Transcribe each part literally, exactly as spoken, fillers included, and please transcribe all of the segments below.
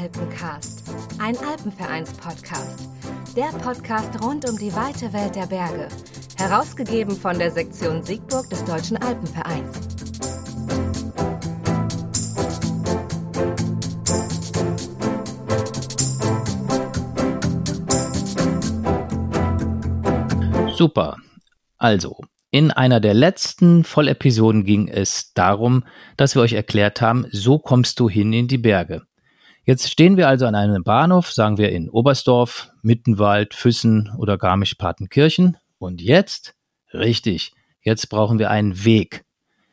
Alpencast, ein Alpenvereins-Podcast. Der Podcast rund um die weite Welt der Berge. Herausgegeben von der Sektion Siegburg des Deutschen Alpenvereins. Super. Also, in einer der letzten Vollepisoden ging es darum, dass wir euch erklärt haben, so kommst du hin in die Berge. Jetzt stehen wir also an einem Bahnhof, sagen wir in Oberstdorf, Mittenwald, Füssen oder Garmisch-Partenkirchen. Und jetzt? Richtig, jetzt brauchen wir einen Weg.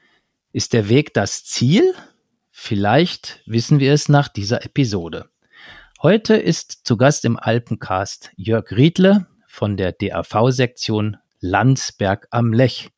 Ist der Weg das Ziel? Vielleicht wissen wir es nach dieser Episode. Heute ist zu Gast im Alpencast Jörg Riedle von der D A V-Sektion Landsberg am Lech.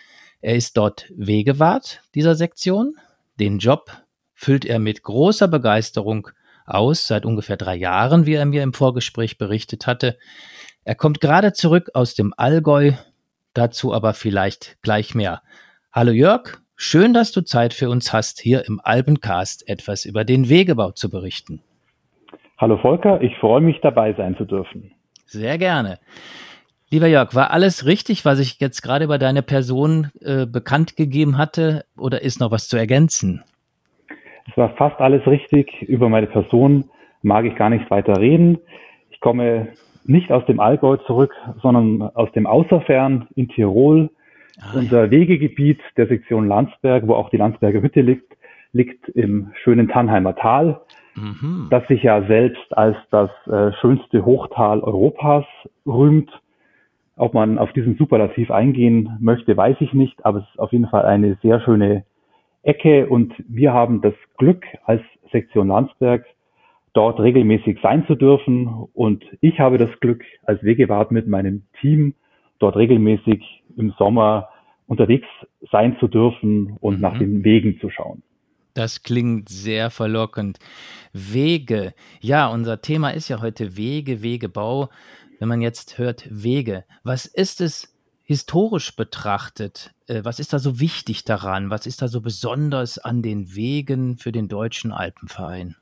Er ist dort Wegewart dieser Sektion. Den Job füllt er mit großer Begeisterung aus, seit ungefähr drei Jahren, wie er mir im Vorgespräch berichtet hatte. Er kommt gerade zurück aus dem Allgäu, dazu aber vielleicht gleich mehr. Hallo Jörg, schön, dass du Zeit für uns hast, hier im Alpencast etwas über den Wegebau zu berichten. Hallo Volker, ich freue mich, dabei sein zu dürfen. Sehr gerne. Lieber Jörg, war alles richtig, was ich jetzt gerade über deine Person äh, bekannt gegeben hatte, oder ist noch was zu ergänzen? Es war fast alles richtig. Über meine Person mag ich gar nicht weiter reden. Ich komme nicht aus dem Allgäu zurück, sondern aus dem Außerfern in Tirol. Ah, Unser ja. Wegegebiet der Sektion Landsberg, wo auch die Landsberger Hütte liegt, liegt im schönen Tannheimer Tal, mhm. das sich ja selbst als das äh, schönste Hochtal Europas rühmt. Ob man auf diesen Superlativ eingehen möchte, weiß ich nicht, aber es ist auf jeden Fall eine sehr schöne Ecke und wir haben das Glück, als Sektion Landsberg dort regelmäßig sein zu dürfen und ich habe das Glück, als Wegewart mit meinem Team dort regelmäßig im Sommer unterwegs sein zu dürfen und mhm. nach den Wegen zu schauen. Das klingt sehr verlockend. Wege, ja, unser Thema ist ja heute Wege, Wegebau. Wenn man jetzt hört Wege, was ist es historisch betrachtet? Was ist da so wichtig daran? Was ist da so besonders an den Wegen für den Deutschen Alpenverein?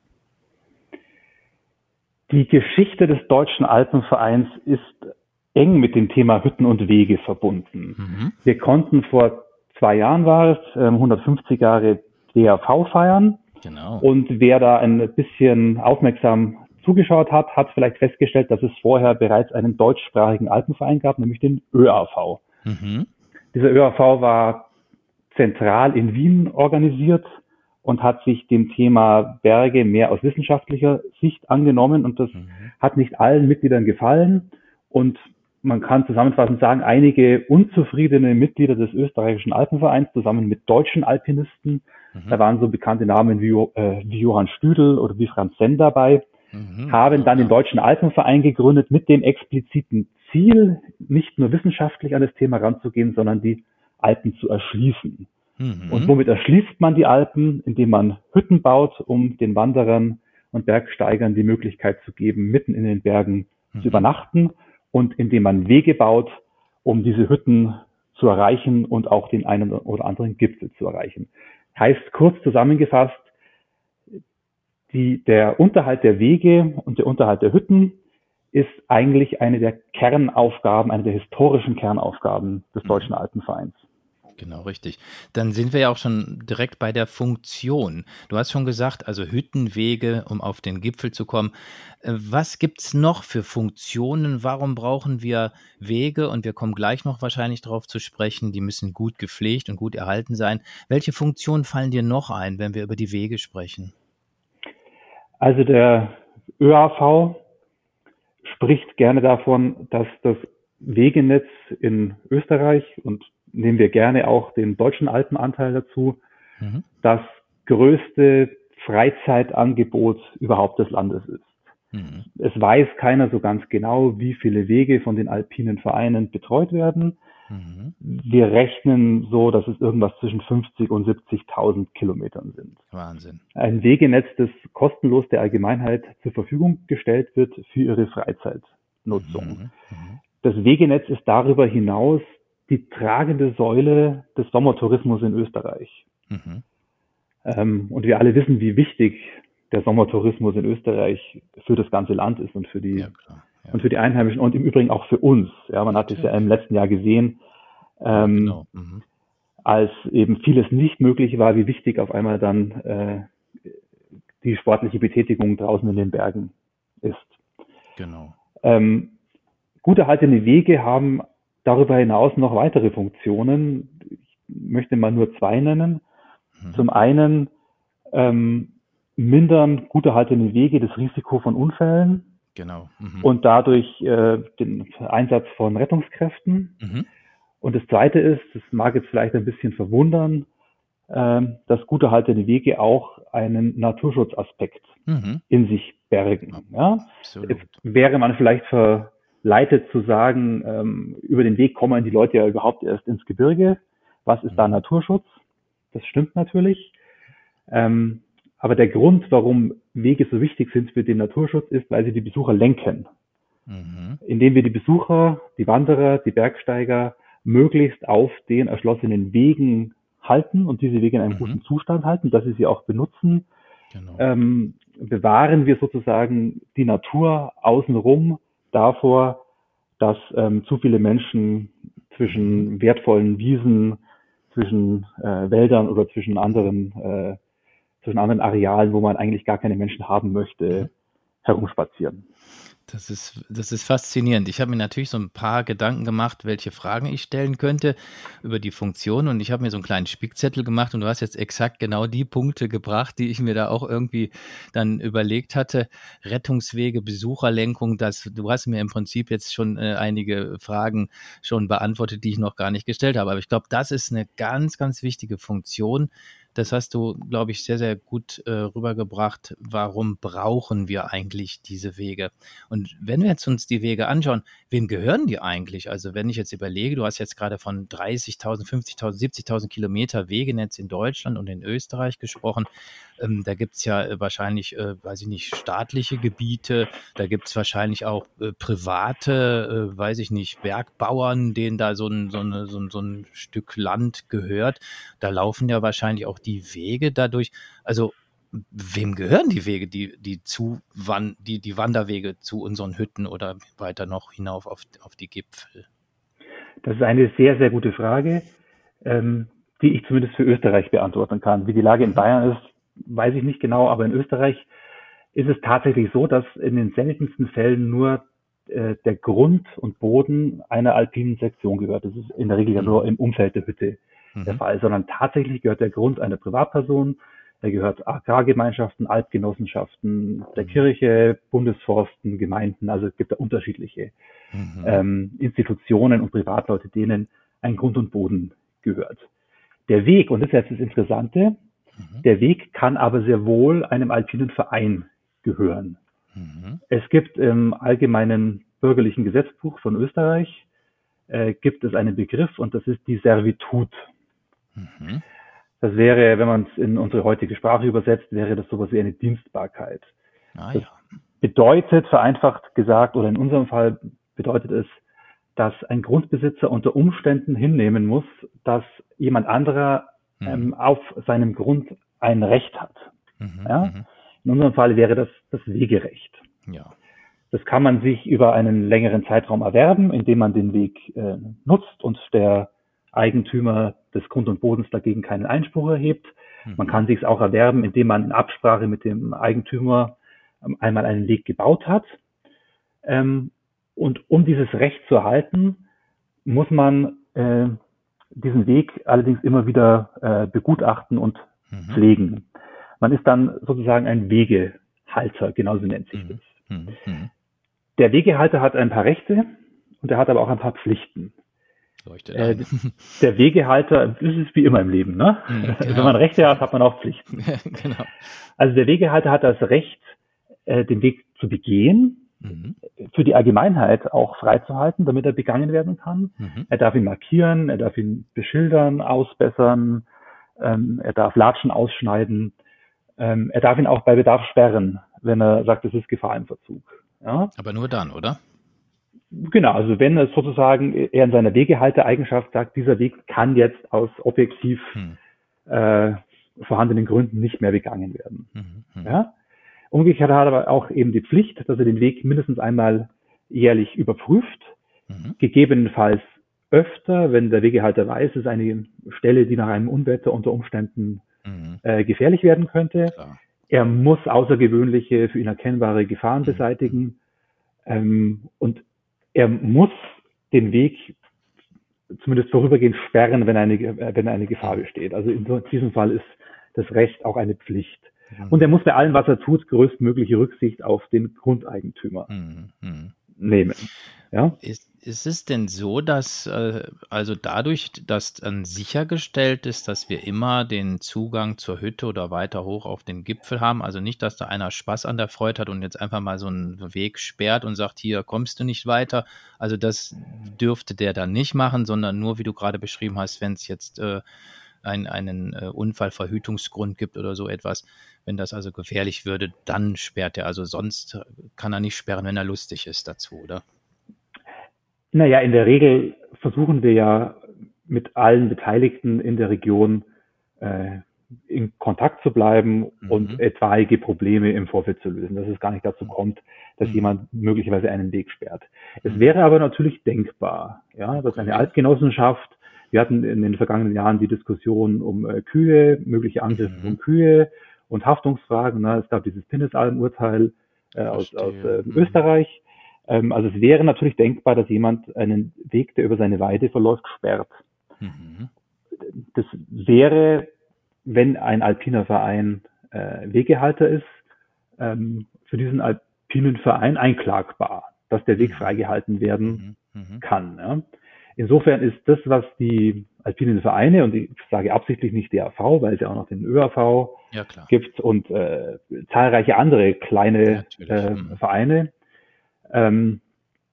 Die Geschichte des Deutschen Alpenvereins ist eng mit dem Thema Hütten und Wege verbunden. Mhm. Wir konnten vor zwei Jahren war es, hundertfünfzig Jahre D A V feiern. Genau. Und wer da ein bisschen aufmerksam zugeschaut hat, hat vielleicht festgestellt, dass es vorher bereits einen deutschsprachigen Alpenverein gab, nämlich den Ö A V. Mhm. Dieser Ö A V war zentral in Wien organisiert und hat sich dem Thema Berge mehr aus wissenschaftlicher Sicht angenommen und das mhm. hat nicht allen Mitgliedern gefallen und man kann zusammenfassend sagen, einige unzufriedene Mitglieder des österreichischen Alpenvereins zusammen mit deutschen Alpinisten, mhm. da waren so bekannte Namen wie, äh, wie Johann Stüdel oder wie Franz Senn dabei, Mhm, haben dann den Deutschen Alpenverein gegründet mit dem expliziten Ziel, nicht nur wissenschaftlich an das Thema ranzugehen, sondern die Alpen zu erschließen. Mhm. Und womit erschließt man die Alpen? Indem man Hütten baut, um den Wanderern und Bergsteigern die Möglichkeit zu geben, mitten in den Bergen mhm. zu übernachten und indem man Wege baut, um diese Hütten zu erreichen und auch den einen oder anderen Gipfel zu erreichen. Heißt kurz zusammengefasst, Die, der Unterhalt der Wege und der Unterhalt der Hütten ist eigentlich eine der Kernaufgaben, eine der historischen Kernaufgaben des Deutschen Alpenvereins. Genau, richtig. Dann sind wir ja auch schon direkt bei der Funktion. Du hast schon gesagt, also Hüttenwege, um auf den Gipfel zu kommen. Was gibt's noch für Funktionen? Warum brauchen wir Wege? Und wir kommen gleich noch wahrscheinlich darauf zu sprechen. Die müssen gut gepflegt und gut erhalten sein. Welche Funktionen fallen dir noch ein, wenn wir über die Wege sprechen? Also der Ö A V spricht gerne davon, dass das Wegenetz in Österreich, und nehmen wir gerne auch den deutschen Alpenanteil dazu, mhm. das größte Freizeitangebot überhaupt des Landes ist. Mhm. Es weiß keiner so ganz genau, wie viele Wege von den alpinen Vereinen betreut werden. Mhm. Wir rechnen so, dass es irgendwas zwischen fünfzig und siebzigtausend Kilometern sind. Wahnsinn. Ein Wegenetz, das kostenlos der Allgemeinheit zur Verfügung gestellt wird für ihre Freizeitnutzung. Mhm. Mhm. Das Wegenetz ist darüber hinaus die tragende Säule des Sommertourismus in Österreich. Mhm. Ähm, und wir alle wissen, wie wichtig der Sommertourismus in Österreich für das ganze Land ist und für die, Ja, klar. Ja. und für die Einheimischen und im Übrigen auch für uns. Ja, man hat es ja im letzten Jahr gesehen, ähm, Genau. Mhm. als eben vieles nicht möglich war, wie wichtig auf einmal dann äh, die sportliche Betätigung draußen in den Bergen ist. Genau. Ähm, gut erhaltene Wege haben darüber hinaus noch weitere Funktionen. Ich möchte mal nur zwei nennen. Mhm. Zum einen ähm, mindern gut erhaltene Wege das Risiko von Unfällen Genau. Mhm. und dadurch äh, den Einsatz von Rettungskräften. Mhm. Und das zweite ist, das mag jetzt vielleicht ein bisschen verwundern, ähm, dass gut erhaltene Wege auch einen Naturschutzaspekt Mhm. in sich bergen. Ja? Absolut. Jetzt wäre man vielleicht verleitet zu sagen, ähm, über den Weg kommen die Leute ja überhaupt erst ins Gebirge. Was ist da Mhm. Naturschutz? Das stimmt natürlich. Ähm, aber der Grund, warum Wege so wichtig sind für den Naturschutz, ist, weil sie die Besucher lenken. Mhm. Indem wir die Besucher, die Wanderer, die Bergsteiger möglichst auf den erschlossenen Wegen halten und diese Wege in einem Mhm. guten Zustand halten, dass sie sie auch benutzen, Genau. ähm, bewahren wir sozusagen die Natur außenrum davor, dass ähm, zu viele Menschen zwischen wertvollen Wiesen, zwischen äh, Wäldern oder zwischen anderen, äh, zwischen anderen Arealen, wo man eigentlich gar keine Menschen haben möchte, Mhm. herumspazieren. Das ist, das ist faszinierend. Ich habe mir natürlich so ein paar Gedanken gemacht, welche Fragen ich stellen könnte über die Funktion. Und ich habe mir so einen kleinen Spickzettel gemacht und du hast jetzt exakt genau die Punkte gebracht, die ich mir da auch irgendwie dann überlegt hatte. Rettungswege, Besucherlenkung, das, du hast mir im Prinzip jetzt schon äh, einige Fragen schon beantwortet, die ich noch gar nicht gestellt habe. Aber ich glaube, das ist eine ganz, ganz wichtige Funktion. Das hast du, glaube ich, sehr, sehr gut äh, rübergebracht. Warum brauchen wir eigentlich diese Wege? Und wenn wir jetzt uns die Wege anschauen, wem gehören die eigentlich? Also wenn ich jetzt überlege, du hast jetzt gerade von dreißigtausend, fünfzigtausend, siebzigtausend Kilometer Wegenetz in Deutschland und in Österreich gesprochen. Ähm, da gibt es ja äh, wahrscheinlich, äh, weiß ich nicht, staatliche Gebiete. Da gibt es wahrscheinlich auch äh, private, äh, weiß ich nicht, Bergbauern, denen da so ein, so, eine, so, ein, so ein Stück Land gehört. Da laufen ja wahrscheinlich auch die Wege dadurch. Also wem gehören die Wege, die, die, zu, die, die Wanderwege zu unseren Hütten oder weiter noch hinauf auf, auf die Gipfel? Das ist eine sehr, sehr gute Frage, ähm, die ich zumindest für Österreich beantworten kann. Wie die Lage in Bayern ist, weiß ich nicht genau, aber in Österreich ist es tatsächlich so, dass in den seltensten Fällen nur äh, der Grund und Boden einer alpinen Sektion gehört. Das ist in der Regel ja nur im Umfeld der Hütte der Mhm. Fall, sondern tatsächlich gehört der Grund einer Privatperson, er gehört Agrargemeinschaften, Alpgenossenschaften, der Kirche, Bundesforsten, Gemeinden, also es gibt da unterschiedliche Mhm. ähm, Institutionen und Privatleute, denen ein Grund und Boden gehört. Der Weg, und das ist jetzt das Interessante, Mhm. der Weg kann aber sehr wohl einem alpinen Verein gehören. Mhm. Es gibt im allgemeinen bürgerlichen Gesetzbuch von Österreich, äh, gibt es einen Begriff und das ist die Servitut. Mhm. Das wäre, wenn man es in unsere heutige Sprache übersetzt, wäre das sowas wie eine Dienstbarkeit. Ah Das ja. bedeutet, vereinfacht gesagt, oder in unserem Fall bedeutet es, dass ein Grundbesitzer unter Umständen hinnehmen muss, dass jemand anderer Mhm. ähm, auf seinem Grund ein Recht hat. Mhm. Ja? Mhm. In unserem Fall wäre das das Wegerecht. Ja. Das kann man sich über einen längeren Zeitraum erwerben, indem man den Weg äh, nutzt und der Eigentümer des Grund und Bodens dagegen keinen Einspruch erhebt. Man Mhm. kann sich es auch erwerben, indem man in Absprache mit dem Eigentümer ähm, einmal einen Weg gebaut hat. Ähm, und um dieses Recht zu erhalten, muss man äh, diesen Weg allerdings immer wieder äh, begutachten und Mhm. pflegen. Man ist dann sozusagen ein Wegehalter, genauso nennt sich das. Mhm. Mhm. Der Wegehalter hat ein paar Rechte und er hat aber auch ein paar Pflichten. Leuchtet Äh, ein. der Wegehalter, das ist wie immer im Leben, ne? Mhm, Wenn genau. man Rechte hat, hat man auch Pflichten. Genau. Also der Wegehalter hat das Recht, äh, den Weg zu begehen, Mhm. für die Allgemeinheit auch freizuhalten, damit er begangen werden kann. Mhm. Er darf ihn markieren, er darf ihn beschildern, ausbessern, ähm, er darf Latschen ausschneiden, ähm, er darf ihn auch bei Bedarf sperren, wenn er sagt, es ist Gefahr im Verzug. Ja? Aber nur dann, oder? Genau, also wenn es sozusagen er in seiner Wegehaltereigenschaft sagt, dieser Weg kann jetzt aus objektiv Mhm. äh, vorhandenen Gründen nicht mehr begangen werden. Mhm. Mhm. Ja? Umgekehrt hat er aber auch eben die Pflicht, dass er den Weg mindestens einmal jährlich überprüft, mhm. gegebenenfalls öfter, wenn der Wegehalter weiß, es ist eine Stelle, die nach einem Unwetter unter Umständen mhm. äh, gefährlich werden könnte. Klar. Er muss außergewöhnliche, für ihn erkennbare Gefahren mhm. beseitigen ähm, und er muss den Weg zumindest vorübergehend sperren, wenn eine, wenn eine Gefahr besteht. Also in diesem Fall ist das Recht auch eine Pflicht. Mhm. Und er muss bei allem, was er tut, größtmögliche Rücksicht auf den Grundeigentümer mhm. nehmen. Ja? Ist, ist es denn so, dass äh, also dadurch, dass dann sichergestellt ist, dass wir immer den Zugang zur Hütte oder weiter hoch auf den Gipfel haben, also nicht, dass da einer Spaß an der Freude hat und jetzt einfach mal so einen Weg sperrt und sagt, hier kommst du nicht weiter, also das dürfte der dann nicht machen, sondern nur, wie du gerade beschrieben hast, wenn es jetzt äh, ein, einen äh, Unfallverhütungsgrund gibt oder so etwas, wenn das also gefährlich würde, dann sperrt er, also sonst kann er nicht sperren, wenn er lustig ist dazu, oder? Naja, in der Regel versuchen wir ja mit allen Beteiligten in der Region äh, in Kontakt zu bleiben mhm. und etwaige Probleme im Vorfeld zu lösen, dass es gar nicht dazu kommt, dass mhm. jemand möglicherweise einen Weg sperrt. Mhm. Es wäre aber natürlich denkbar, ja, dass eine Altgenossenschaft, wir hatten in den vergangenen Jahren die Diskussion um äh, Kühe, mögliche Angriffe mhm. um Kühe und Haftungsfragen. Ne? Es gab dieses Pinnesalm-Urteil äh, aus, aus äh, mhm. Österreich. Also es wäre natürlich denkbar, dass jemand einen Weg, der über seine Weide verläuft, sperrt. Mhm. Das wäre, wenn ein alpiner Verein äh, Wegehalter ist, ähm, für diesen alpinen Verein einklagbar, dass der Weg freigehalten werden mhm. kann. Ja. Insofern ist das, was die alpinen Vereine, und ich sage absichtlich nicht D A V, weil es ja auch noch den Ö A V ja, gibt und äh, zahlreiche andere kleine äh, mhm. Vereine, Ähm,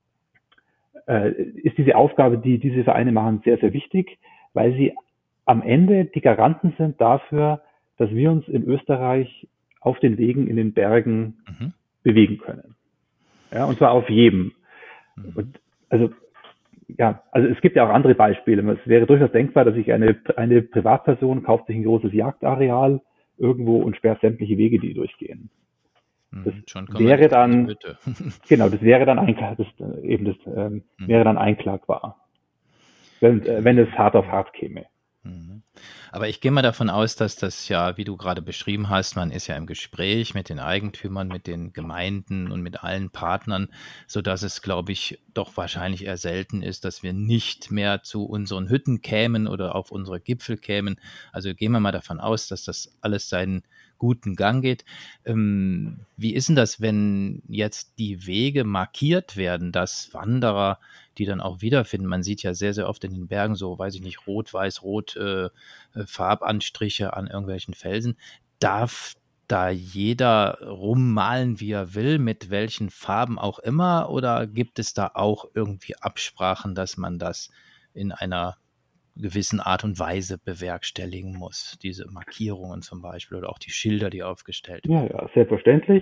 äh, ist diese Aufgabe, die diese Vereine machen, sehr, sehr wichtig, weil sie am Ende die Garanten sind dafür, dass wir uns in Österreich auf den Wegen in den Bergen mhm. bewegen können. Ja, und zwar auf jedem. Mhm. Und also, ja, also es gibt ja auch andere Beispiele. Es wäre durchaus denkbar, dass sich eine, eine Privatperson kauft sich ein großes Jagdareal irgendwo und sperrt sämtliche Wege, die durchgehen. Das Schon wäre dann, genau, das wäre dann einklag, das, eben das ähm, mhm. wäre dann einklagbar, wenn, äh, wenn es hart auf hart käme. Mhm. Aber ich gehe mal davon aus, dass das ja, wie du gerade beschrieben hast, man ist ja im Gespräch mit den Eigentümern, mit den Gemeinden und mit allen Partnern, sodass es, glaube ich, doch wahrscheinlich eher selten ist, dass wir nicht mehr zu unseren Hütten kämen oder auf unsere Gipfel kämen. Also gehen wir mal davon aus, dass das alles seinen guten Gang geht. Ähm, wie ist denn das, wenn jetzt die Wege markiert werden, dass Wanderer die dann auch wiederfinden? Man sieht ja sehr, sehr oft in den Bergen so, weiß ich nicht, rot, weiß, rot äh, Farbanstriche an irgendwelchen Felsen. Darf da jeder rummalen, wie er will, mit welchen Farben auch immer? Oder gibt es da auch irgendwie Absprachen, dass man das in einer gewissen Art und Weise bewerkstelligen muss, diese Markierungen zum Beispiel oder auch die Schilder, die aufgestellt werden? Ja, ja, selbstverständlich.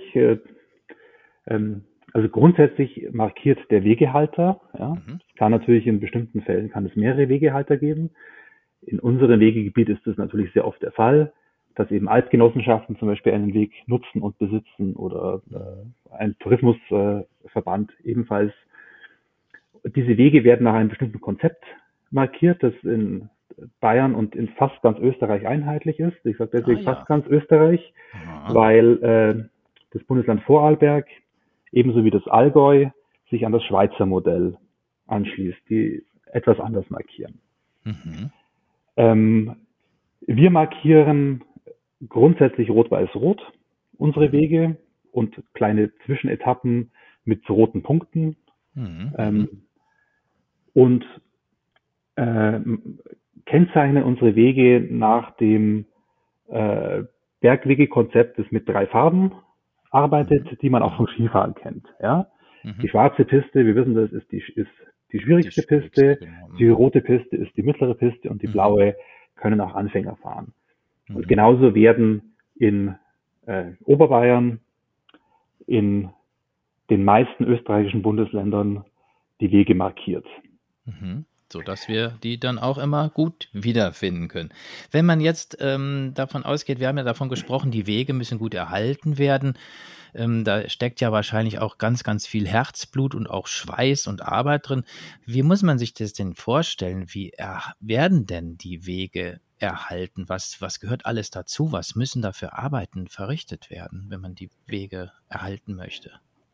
Also grundsätzlich markiert der Wegehalter. Ja. Mhm. Es kann natürlich in bestimmten Fällen kann es mehrere Wegehalter geben. In unserem Wegegebiet ist das natürlich sehr oft der Fall, dass eben Altgenossenschaften zum Beispiel einen Weg nutzen und besitzen oder äh, ein Tourismusverband äh, ebenfalls. Diese Wege werden nach einem bestimmten Konzept markiert, das in Bayern und in fast ganz Österreich einheitlich ist. Ich sage deswegen ah, ja. fast ganz Österreich, Aha. weil äh, das Bundesland Vorarlberg ebenso wie das Allgäu sich an das Schweizer Modell anschließt, die etwas anders markieren. Mhm. Ähm, wir markieren grundsätzlich rot-weiß-rot unsere Wege und kleine Zwischenetappen mit roten Punkten. Mhm. Ähm, und äh, kennzeichnen unsere Wege nach dem äh, Bergwegekonzept, das mit drei Farben arbeitet, mhm. die man auch vom Skifahren kennt. Ja? Mhm. Die schwarze Piste, wir wissen das, ist die, ist die schwierigste die Piste. Genau. Die rote Piste ist die mittlere Piste und die mhm. blaue können auch Anfänger fahren. Mhm. Und genauso werden in äh, Oberbayern, in den meisten österreichischen Bundesländern die Wege markiert. Mhm. So dass wir die dann auch immer gut wiederfinden können. Wenn man jetzt ähm, davon ausgeht, wir haben ja davon gesprochen, die Wege müssen gut erhalten werden. Ähm, da steckt ja wahrscheinlich auch ganz, ganz viel Herzblut und auch Schweiß und Arbeit drin. Wie muss man sich das denn vorstellen? Wie er, werden denn die Wege erhalten? Was, was gehört alles dazu? Was müssen da für Arbeiten verrichtet werden, wenn man die Wege erhalten möchte?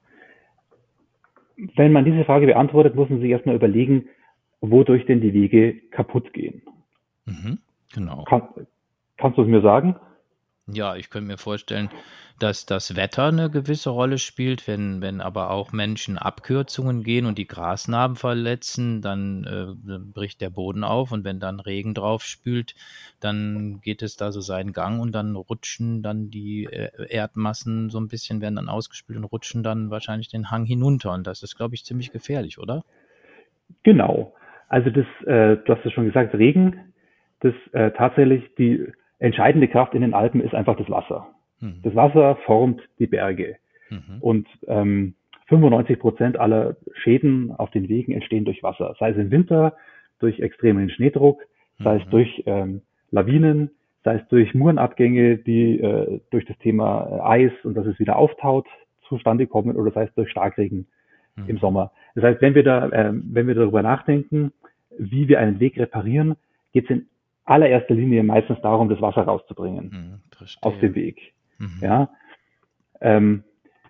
Wenn man diese Frage beantwortet, muss man sich erstmal überlegen, wodurch denn die Wege kaputt gehen. Mhm, genau. Kann, kannst du es mir sagen? Ja, ich könnte mir vorstellen, dass das Wetter eine gewisse Rolle spielt, wenn wenn aber auch Menschen Abkürzungen gehen und die Grasnarben verletzen, dann, äh, dann bricht der Boden auf und wenn dann Regen drauf spült, dann geht es da so seinen Gang und dann rutschen dann die, äh, Erdmassen so ein bisschen werden dann ausgespült und rutschen dann wahrscheinlich den Hang hinunter und das ist, glaube ich, ziemlich gefährlich, oder? Genau. Also das, äh, du hast es schon gesagt, Regen, das äh, tatsächlich die entscheidende Kraft in den Alpen ist einfach das Wasser. Mhm. Das Wasser formt die Berge. Mhm. Und ähm, fünfundneunzig Prozent aller Schäden auf den Wegen entstehen durch Wasser. Sei es im Winter, durch extremen Schneedruck, sei es Mhm. durch ähm, Lawinen, sei es durch Murenabgänge, die äh, durch das Thema äh, Eis und dass es wieder auftaut zustande kommen, oder sei es durch Starkregen im Mhm. Sommer. Das heißt, wenn wir da, äh, wenn wir darüber nachdenken, wie wir einen Weg reparieren, geht es in allererster Linie meistens darum, das Wasser rauszubringen Mhm. aus dem Verstehe. Weg. Mhm. Ja. Ähm,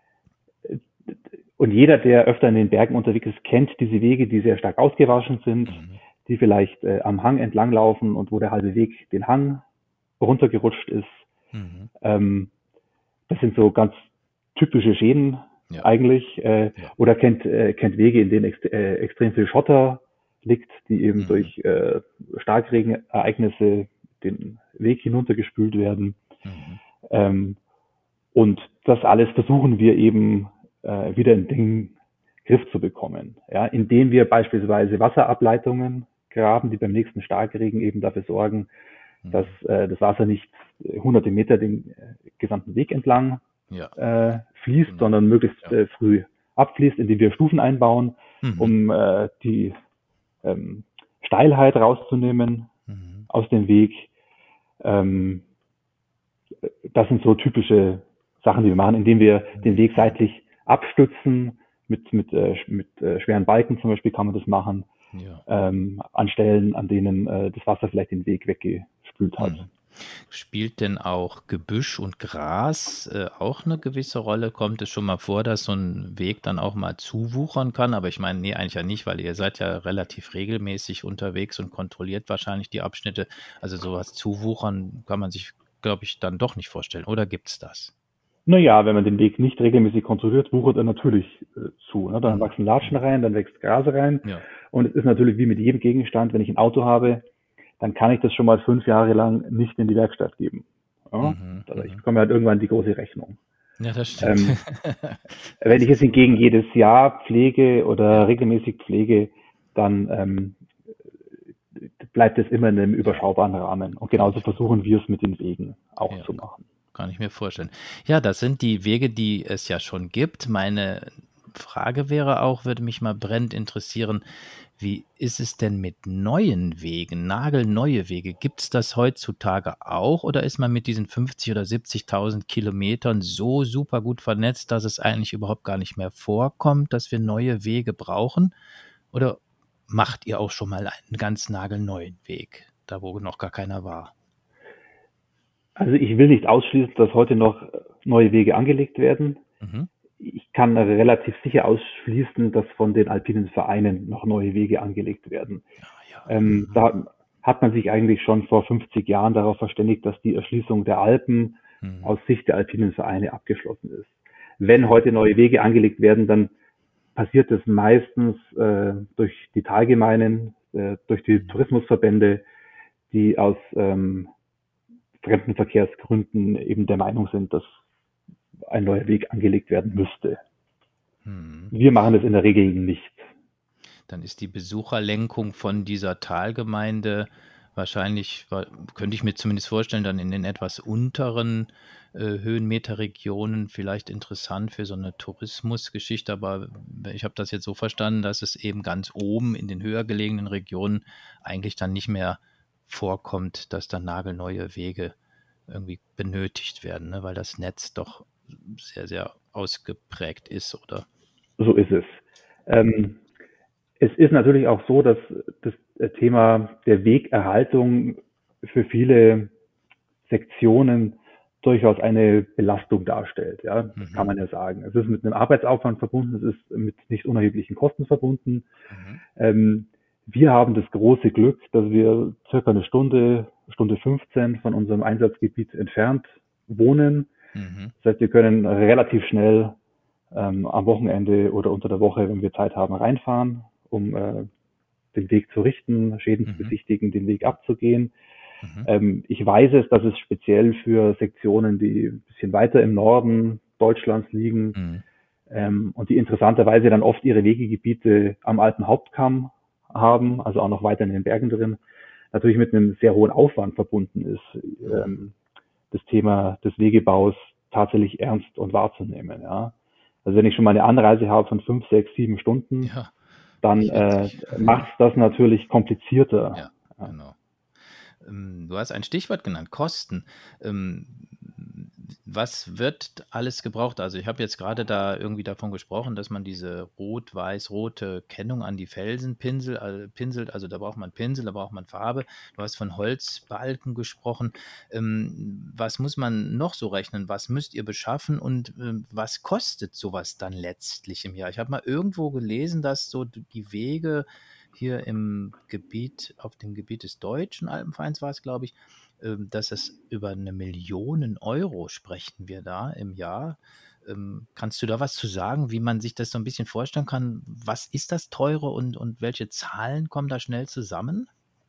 und jeder, der öfter in den Bergen unterwegs ist, kennt diese Wege, die sehr stark ausgewaschen sind, Mhm. die vielleicht äh, am Hang entlang laufen und wo der halbe Weg den Hang runtergerutscht ist. Mhm. Ähm, das sind so ganz typische Schäden Ja. eigentlich. Äh, Ja. oder kennt, äh, kennt Wege, in denen ext äh, extrem viel Schotter liegt, die eben Mhm. durch äh, Starkregenereignisse den Weg hinuntergespült werden. Mhm. Ähm, und das alles versuchen wir eben äh, wieder in den Griff zu bekommen, ja, indem wir beispielsweise Wasserableitungen graben, die beim nächsten Starkregen eben dafür sorgen, Mhm. dass äh, das Wasser nicht hunderte Meter den äh, gesamten Weg entlang Ja. äh, fließt, Genau. sondern möglichst Ja. äh, früh abfließt, indem wir Stufen einbauen, Mhm. um äh, die ähm, Steilheit rauszunehmen Mhm. aus dem Weg. Ähm, das sind so typische Sachen, die wir machen, indem wir den Weg seitlich abstützen. Mit, mit, äh, mit äh, schweren Balken zum Beispiel kann man das machen, Ja. ähm, an Stellen, an denen äh, das Wasser vielleicht den Weg weggespült hat. Mhm. Spielt denn auch Gebüsch und Gras äh, auch eine gewisse Rolle? Kommt es schon mal vor, dass so ein Weg dann auch mal zuwuchern kann? Aber ich meine, nee, eigentlich ja nicht, weil ihr seid ja relativ regelmäßig unterwegs und kontrolliert wahrscheinlich die Abschnitte. Also sowas zuwuchern kann man sich, glaube ich, dann doch nicht vorstellen. Oder gibt's das? Naja, wenn man den Weg nicht regelmäßig kontrolliert, wuchert er natürlich äh, zu. Ne? Dann Mhm. wachsen Latschen Mhm. rein, dann wächst Gras rein. Ja. Und es ist natürlich wie mit jedem Gegenstand, wenn ich ein Auto habe, dann kann ich das schon mal fünf Jahre lang nicht in die Werkstatt geben. Ja? Mhm. Also ich Mhm. bekomme halt irgendwann die große Rechnung. Ja, das stimmt. Ähm, wenn Das ich es ist wohl hingegen wahr. jedes Jahr pflege oder Ja, regelmäßig pflege, dann ähm, bleibt es immer in einem ja, überschaubaren Rahmen. Und kann genauso ich mir versuchen wir es mit den Wegen auch ja. zu machen. Kann ich mir vorstellen. Ja, das sind die Wege, die es ja schon gibt. Meine Frage wäre auch, würde mich mal brennend interessieren, wie ist es denn mit neuen Wegen, nagelneue Wege? Gibt es das heutzutage auch oder ist man mit diesen fünfzig oder siebzigtausend Kilometern so super gut vernetzt, dass es eigentlich überhaupt gar nicht mehr vorkommt, dass wir neue Wege brauchen? Oder macht ihr auch schon mal einen ganz nagelneuen Weg, da wo noch gar keiner war? Also ich will nicht ausschließen, dass heute noch neue Wege angelegt werden. Mhm. Ich kann relativ sicher ausschließen, dass von den alpinen Vereinen noch neue Wege angelegt werden. Ja, ja. Ähm, Mhm. da hat man sich eigentlich schon vor fünfzig Jahren darauf verständigt, dass die Erschließung der Alpen Mhm. aus Sicht der alpinen Vereine abgeschlossen ist. Wenn heute neue Wege angelegt werden, dann passiert das meistens äh, durch die Talgemeinden, äh, durch die Mhm. Tourismusverbände, die aus ähm, Fremdenverkehrsgründen eben der Meinung sind, dass ein neuer Weg angelegt werden müsste. Mhm. Wir machen das in der Regel nicht. Dann ist die Besucherlenkung von dieser Talgemeinde wahrscheinlich, wa- könnte ich mir zumindest vorstellen, dann in den etwas unteren äh, Höhenmeterregionen vielleicht interessant für so eine Tourismusgeschichte. Aber ich habe das jetzt so verstanden, dass es eben ganz oben in den höher gelegenen Regionen eigentlich dann nicht mehr vorkommt, dass dann nagelneue Wege irgendwie benötigt werden, ne? Weil das Netz doch sehr, sehr ausgeprägt ist, oder? So ist es. Ähm, es ist natürlich auch so, dass das Thema der Wegerhaltung für viele Sektionen durchaus eine Belastung darstellt. Ja, das Mhm. kann man ja sagen. Es ist mit einem Arbeitsaufwand verbunden, es ist mit nicht unerheblichen Kosten verbunden. Mhm. Ähm, wir haben das große Glück, dass wir circa eine Stunde, Stunde fünfzehn von unserem Einsatzgebiet entfernt wohnen. Mhm. Das heißt, wir können relativ schnell ähm, am Wochenende oder unter der Woche, wenn wir Zeit haben, reinfahren, um äh, den Weg zu richten, Schäden zu Mhm. besichtigen, den Weg abzugehen. Mhm. Ähm, ich weiß es, dass es speziell für Sektionen, die ein bisschen weiter im Norden Deutschlands liegen, Mhm. ähm, und die interessanterweise dann oft ihre Wegegebiete am alten Hauptkamm haben, also auch noch weiter in den Bergen drin, natürlich mit einem sehr hohen Aufwand verbunden ist, ähm, das Thema des Wegebaus tatsächlich ernst und wahrzunehmen. Ja. Also wenn ich schon mal eine Anreise habe von fünf, sechs, sieben Stunden, Ja, dann ich äh, witzig. macht es das natürlich komplizierter. Ja, Ja. genau. Ähm, Du hast ein Stichwort genannt, Kosten. Ähm, Was wird alles gebraucht? Also ich habe jetzt gerade da irgendwie davon gesprochen, dass man diese rot-weiß-rote Kennung an die Felsen pinsel, äh, pinselt. Also da braucht man Pinsel, da braucht man Farbe. Du hast von Holzbalken gesprochen. Ähm, was muss man noch so rechnen? Was müsst ihr beschaffen und ähm, was kostet sowas dann letztlich im Jahr? Ich habe mal irgendwo gelesen, dass so die Wege hier im Gebiet, auf dem Gebiet des Deutschen Alpenvereins war es, glaube ich, ähm, dass es über eine Million Euro sprechen wir da im Jahr. Ähm, kannst du da was zu sagen, wie man sich das so ein bisschen vorstellen kann? Was ist das teure und, und welche Zahlen kommen da schnell zusammen?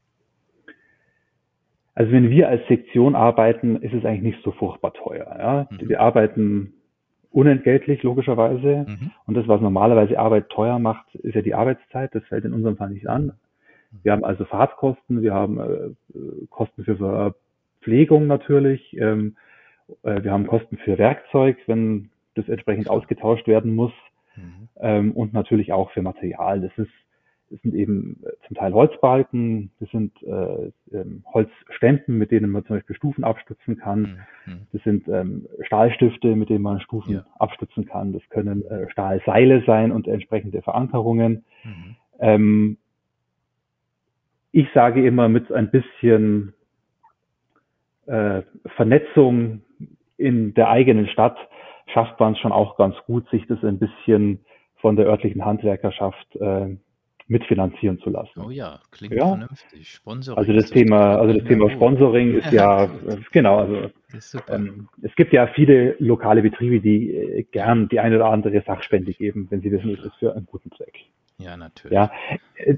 Also wenn wir als Sektion arbeiten, ist es eigentlich nicht so furchtbar teuer. Ja. Mhm. Wir arbeiten unentgeltlich, logischerweise. Mhm. Und das, was normalerweise Arbeit teuer macht, ist ja die Arbeitszeit. Das fällt in unserem Fall nicht an. Wir haben also Fahrtkosten, wir haben äh, Kosten für Verpflegung natürlich, ähm, äh, wir haben Kosten für Werkzeug, wenn das entsprechend Klar. ausgetauscht werden muss, Mhm. ähm, und natürlich auch für Material. Das ist, das sind eben zum Teil Holzbalken, das sind äh, ähm, Holzständen, mit denen man zum Beispiel Stufen abstützen kann. Mhm. Das sind ähm, Stahlstifte, mit denen man Stufen Ja. abstützen kann. Das können äh, Stahlseile sein und entsprechende Verankerungen. Mhm. Ähm, ich sage immer, mit ein bisschen äh, Vernetzung in der eigenen Stadt schafft man es schon auch ganz gut, sich das ein bisschen von der örtlichen Handwerkerschaft äh, mitfinanzieren zu lassen. Oh ja, klingt Ja, vernünftig. Sponsoring also das ist das Thema, Stichwort, also ne? das Ja, Thema gut. Sponsoring ist ja, äh, genau, also Das ist super. ähm, es gibt ja viele lokale Betriebe, die äh, Ja, gern die eine oder andere Sachspende natürlich. geben, wenn sie wissen, Ja, es ist klar. für einen guten Zweck. Ja, natürlich. Ja, äh,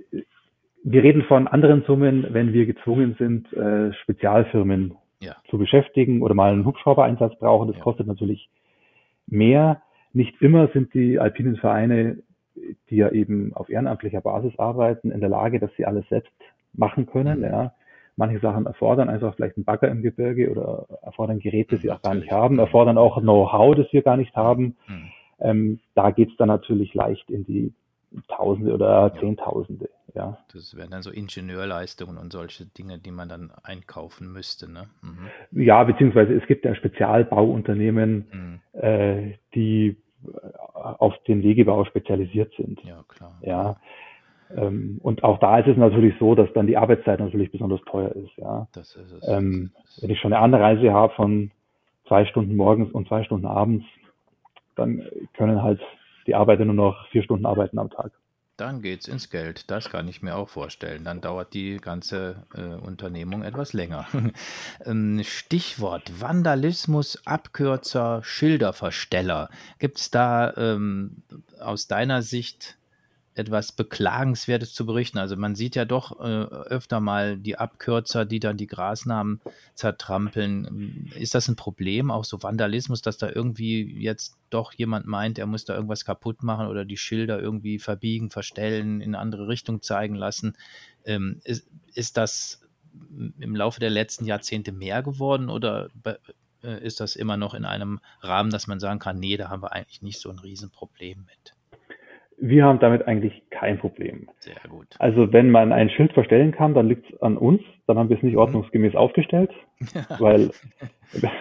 wir reden von anderen Summen, wenn wir gezwungen sind, äh, Spezialfirmen Ja, zu beschäftigen oder mal einen genau. Hubschrauber-Einsatz brauchen. Das Ja. kostet natürlich mehr. Nicht immer sind die alpinen Vereine, die ja eben auf ehrenamtlicher Basis arbeiten, in der Lage, dass sie alles selbst machen können. Mhm. Ja. Manche Sachen erfordern einfach vielleicht einen Bagger im Gebirge oder erfordern Geräte, die sie auch gar nicht Natürlich. haben, Mhm. erfordern auch Know-how, das wir gar nicht Mhm. haben. Mhm. Ähm, da geht's dann natürlich leicht in die Tausende oder Ja. Zehntausende. Ja. Das wären dann so Ingenieurleistungen und solche Dinge, die man dann einkaufen müsste, ne? Mhm. Ja, beziehungsweise es gibt ja Spezialbauunternehmen, Mhm. äh, die auf den Wegebau spezialisiert sind. Ja, klar. Ja. Ähm, und auch da ist es natürlich so, dass dann die Arbeitszeit natürlich besonders teuer ist. Ja. Das ist es. Ähm, Das wenn ich schon eine Anreise habe von zwei Stunden morgens und zwei Stunden abends, dann können halt die Arbeiter nur noch vier Stunden arbeiten am Tag. Dann geht's ins Geld. Das kann ich mir auch vorstellen. Dann dauert die ganze äh, Unternehmung etwas länger. ähm, Stichwort Vandalismus, Abkürzer, Schilderversteller. Gibt es da ähm, aus deiner Sicht etwas Beklagenswertes zu berichten? Also man sieht ja doch äh, öfter mal die Abkürzer, die dann die Grasnamen zertrampeln. Ist das ein Problem, auch so Vandalismus, dass da irgendwie jetzt doch jemand meint, er muss da irgendwas kaputt machen oder die Schilder irgendwie verbiegen, verstellen, in eine andere Richtung zeigen lassen? Ähm, ist, ist das im Laufe der letzten Jahrzehnte mehr geworden oder äh, ist das immer noch in einem Rahmen, dass man sagen kann, nee, da haben wir eigentlich nicht so ein Riesenproblem mit? Wir haben damit eigentlich kein Problem. Sehr gut. Also wenn man ein Schild verstellen kann, dann liegt es an uns. Dann haben wir es nicht Mhm. ordnungsgemäß aufgestellt, weil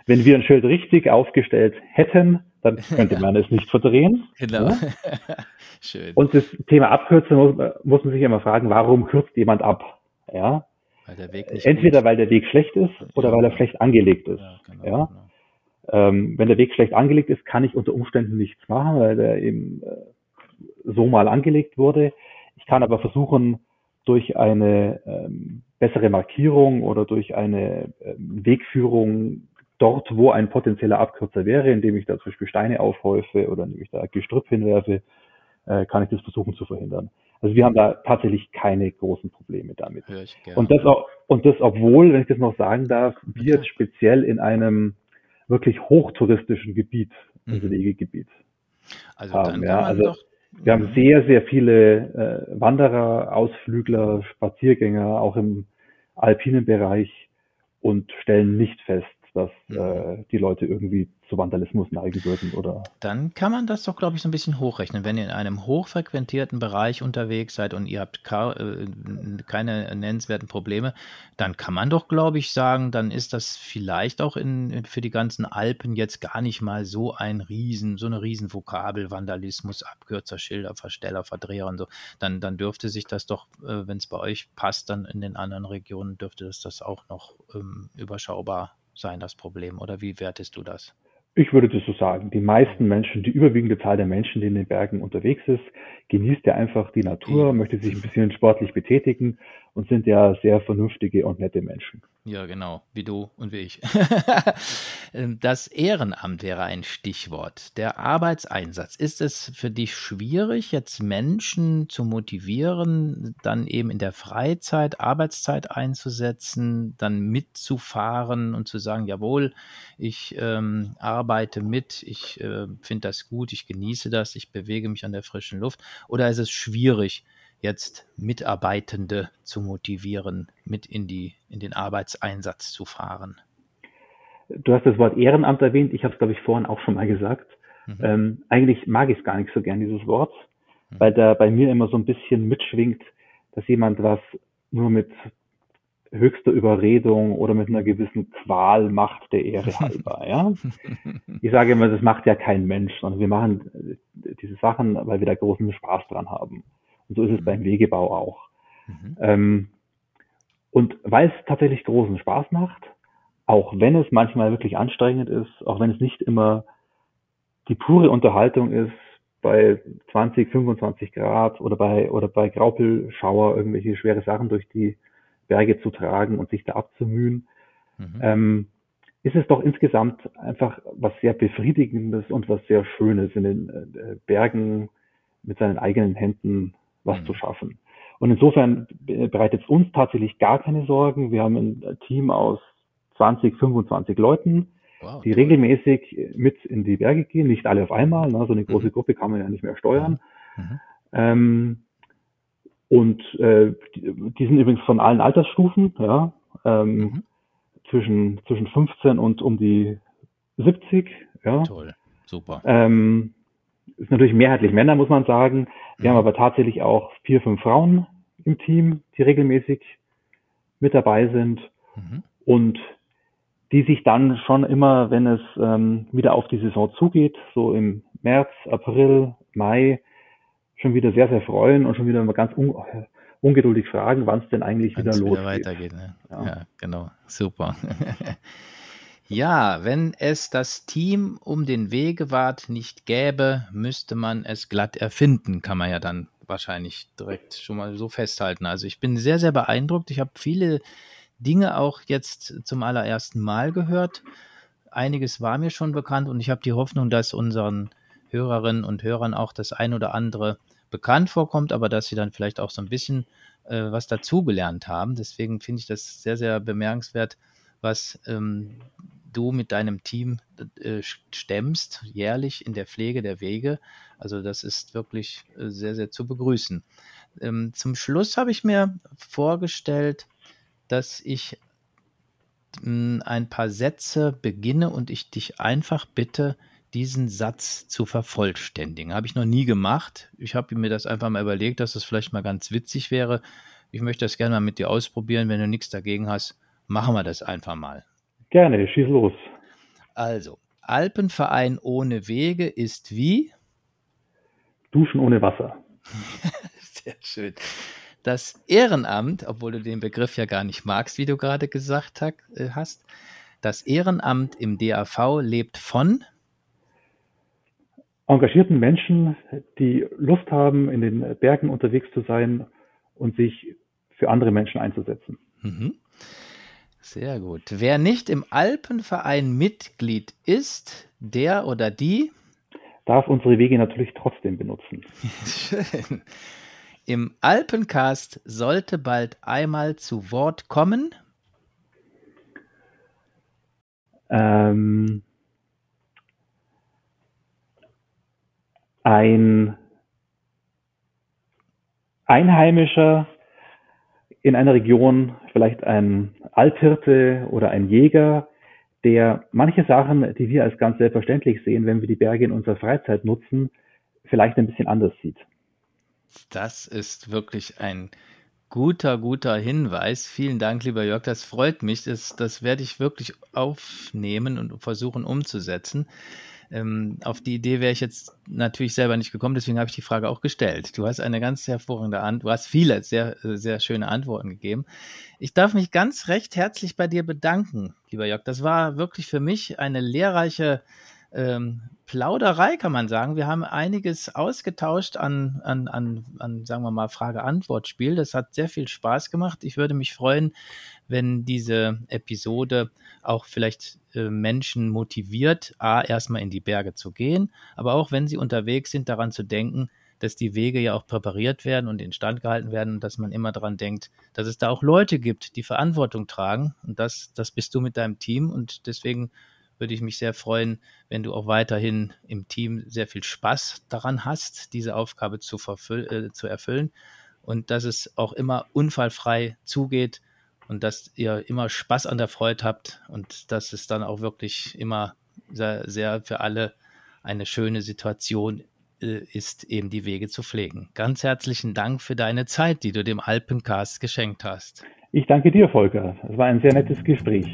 wenn wir ein Schild richtig aufgestellt hätten, dann könnte man es nicht verdrehen. Genau. Ja? Schön. Und das Thema Abkürzen muss, muss man sich immer fragen, warum kürzt jemand ab? Ja? Weil der Weg nicht Entweder gut. weil der Weg schlecht ist oder Ja, weil er genau. schlecht angelegt ist. Ja, genau, Ja? genau. Ähm, wenn der Weg schlecht angelegt ist, kann ich unter Umständen nichts machen, weil der eben äh, so mal angelegt wurde. Ich kann aber versuchen, durch eine ähm, bessere Markierung oder durch eine ähm, Wegführung dort, wo ein potenzieller Abkürzer wäre, indem ich da zum Beispiel Steine aufhäufe oder indem ich da Gestrüpp hinwerfe, äh, kann ich das versuchen zu verhindern. Also wir haben da tatsächlich keine großen Probleme damit. Höre ich gerne. Und das, auch, und das obwohl, wenn ich das noch sagen darf, wir Ja. jetzt speziell in einem wirklich hochtouristischen Gebiet, also Mhm. Wegegebiet, Also haben. dann Ja, kann man also doch. wir haben sehr, sehr viele äh, Wanderer, Ausflügler, Spaziergänger, auch im alpinen Bereich und stellen nicht fest, dass Mhm. äh, die Leute irgendwie zu Vandalismus neigen würden oder Dann kann man das doch, glaube ich, so ein bisschen hochrechnen. Wenn ihr in einem hochfrequentierten Bereich unterwegs seid und ihr habt ka- äh, keine nennenswerten Probleme, dann kann man doch, glaube ich, sagen, dann ist das vielleicht auch in, in- für die ganzen Alpen jetzt gar nicht mal so ein Riesen, so eine Riesenvokabel, Vandalismus, Abkürzer, Schilder, Versteller, Verdreher und so. Dann, dann dürfte sich das doch, äh, wenn es bei euch passt, dann in den anderen Regionen dürfte das, das auch noch ähm, überschaubar sein, das Problem. Oder wie wertest du das? ich würde das so sagen. Die meisten Menschen, die überwiegende Zahl der Menschen, die in den Bergen unterwegs ist, genießt ja einfach die Natur, Eben. möchte sich ein bisschen sportlich betätigen und sind ja sehr vernünftige und nette Menschen. Ja, genau, wie du und wie ich. Ähm, Das Ehrenamt wäre ein Stichwort. Der Arbeitseinsatz. Ist es für dich schwierig, jetzt Menschen zu motivieren, dann eben in der Freizeit, Arbeitszeit einzusetzen, dann mitzufahren und zu sagen, jawohl, ich ähm, arbeite mit, ich äh, finde das gut, ich genieße das, ich bewege mich an der frischen Luft? Oder ist es schwierig, jetzt Mitarbeitende zu motivieren, mit in die, in den Arbeitseinsatz zu fahren? Du hast das Wort Ehrenamt erwähnt. Ich habe es, glaube ich, vorhin auch schon mal gesagt. Mhm. Ähm, eigentlich mag ich es gar nicht so gern, dieses Wort, Mhm. weil da bei mir immer so ein bisschen mitschwingt, dass jemand was nur mit höchster Überredung oder mit einer gewissen Qual macht, der Ehre halber. Ja? Ich sage immer, das macht ja kein Mensch, sondern wir machen äh, diese Sachen, weil wir da großen Spaß dran haben. Und so ist es Mhm. beim Wegebau auch. Mhm. Ähm, und weil es tatsächlich großen Spaß macht, auch wenn es manchmal wirklich anstrengend ist, auch wenn es nicht immer die pure Unterhaltung ist, bei zwanzig, fünfundzwanzig Grad oder bei, oder bei Graupelschauer irgendwelche schwere Sachen durch die Berge zu tragen und sich da abzumühen, Mhm. ähm, ist es doch insgesamt einfach was sehr Befriedigendes und was sehr Schönes, in den äh, Bergen mit seinen eigenen Händen was Mhm. zu schaffen. Und insofern be- bereitet es uns tatsächlich gar keine Sorgen. Wir haben ein Team aus zwanzig, fünfundzwanzig Leuten, Wow, die toll. regelmäßig mit in die Berge gehen, nicht alle auf einmal, ne? So eine große Mhm. Gruppe kann man ja nicht mehr steuern. Mhm. Ähm, und äh, die, die sind übrigens von allen Altersstufen, ja, ähm, Mhm. zwischen, zwischen fünfzehn und um die siebzig, ja. Toll, super. Ähm, ist natürlich mehrheitlich Männer, muss man sagen. Wir Mhm. haben aber tatsächlich auch vier, fünf Frauen im Team, die regelmäßig mit dabei sind Mhm. und die sich dann schon immer, wenn es ähm, wieder auf die Saison zugeht, so im März, April, Mai, schon wieder sehr, sehr freuen und schon wieder mal ganz un ungeduldig fragen, wann es denn eigentlich Wenn wieder es wieder losgeht. weitergeht, ne? Ja. Ja, genau, super. Ja, wenn es das Team um den Wegewart nicht gäbe, müsste man es glatt erfinden, kann man ja dann wahrscheinlich direkt schon mal so festhalten. Also ich bin sehr, sehr beeindruckt. Ich habe viele Dinge auch jetzt zum allerersten Mal gehört. Einiges war mir schon bekannt und ich habe die Hoffnung, dass unseren Hörerinnen und Hörern auch das ein oder andere bekannt vorkommt, aber dass sie dann vielleicht auch so ein bisschen äh, was dazugelernt haben. Deswegen finde ich das sehr, sehr bemerkenswert, was ähm, du mit deinem Team äh, stemmst, jährlich in der Pflege der Wege. Also das ist wirklich äh, sehr, sehr zu begrüßen. Ähm, zum Schluss habe ich mir vorgestellt, dass ich mh, ein paar Sätze beginne und ich dich einfach bitte, diesen Satz zu vervollständigen. Habe ich noch nie gemacht. Ich habe mir das einfach mal überlegt, dass das vielleicht mal ganz witzig wäre. Ich möchte das gerne mal mit dir ausprobieren. Wenn du nichts dagegen hast, machen wir das einfach mal. Gerne, schieß los. Also, Alpenverein ohne Wege ist wie? Duschen ohne Wasser. Sehr schön. Das Ehrenamt, obwohl du den Begriff ja gar nicht magst, wie du gerade gesagt hast, das Ehrenamt im D A V lebt von? Engagierten Menschen, die Lust haben, in den Bergen unterwegs zu sein und sich für andere Menschen einzusetzen. Mhm. Sehr gut. Wer nicht im Alpenverein Mitglied ist, der oder die darf unsere Wege natürlich trotzdem benutzen. Schön. Im Alpencast sollte bald einmal zu Wort kommen. Ähm, ein Einheimischer in einer Region, vielleicht ein Alphirte oder ein Jäger, der manche Sachen, die wir als ganz selbstverständlich sehen, wenn wir die Berge in unserer Freizeit nutzen, vielleicht ein bisschen anders sieht. Das ist wirklich ein guter, guter Hinweis. Vielen Dank, lieber Jörg. Das freut mich. Das, das werde ich wirklich aufnehmen und versuchen umzusetzen. Ähm, auf die Idee wäre ich jetzt natürlich selber nicht gekommen, deswegen habe ich die Frage auch gestellt. Du hast eine ganz hervorragende Antwort, du hast viele sehr, sehr schöne Antworten gegeben. Ich darf mich ganz recht herzlich bei dir bedanken, lieber Jörg. Das war wirklich für mich eine lehrreiche ähm, Plauderei, kann man sagen. Wir haben einiges ausgetauscht an, an, an, an sagen wir mal, Frage-Antwort-Spiel. Das hat sehr viel Spaß gemacht. Ich würde mich freuen, wenn diese Episode auch vielleicht äh, Menschen motiviert, a, erstmal in die Berge zu gehen, aber auch, wenn sie unterwegs sind, daran zu denken, dass die Wege ja auch präpariert werden und instand gehalten werden und dass man immer daran denkt, dass es da auch Leute gibt, die Verantwortung tragen, und das, das bist du mit deinem Team, und deswegen würde ich mich sehr freuen, wenn du auch weiterhin im Team sehr viel Spaß daran hast, diese Aufgabe zu, verfüll- äh, zu erfüllen, und dass es auch immer unfallfrei zugeht und dass ihr immer Spaß an der Freude habt und dass es dann auch wirklich immer sehr, sehr für alle eine schöne Situation äh, ist, eben die Wege zu pflegen. Ganz herzlichen Dank für deine Zeit, die du dem Alpencast geschenkt hast. Ich danke dir, Volker. Es war ein sehr nettes Gespräch.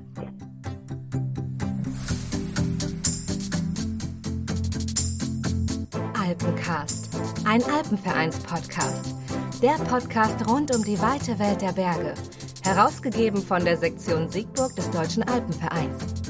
Alpencast, ein Alpenvereins-Podcast. Der Podcast rund um die weite Welt der Berge. Herausgegeben von der Sektion Siegburg des Deutschen Alpenvereins.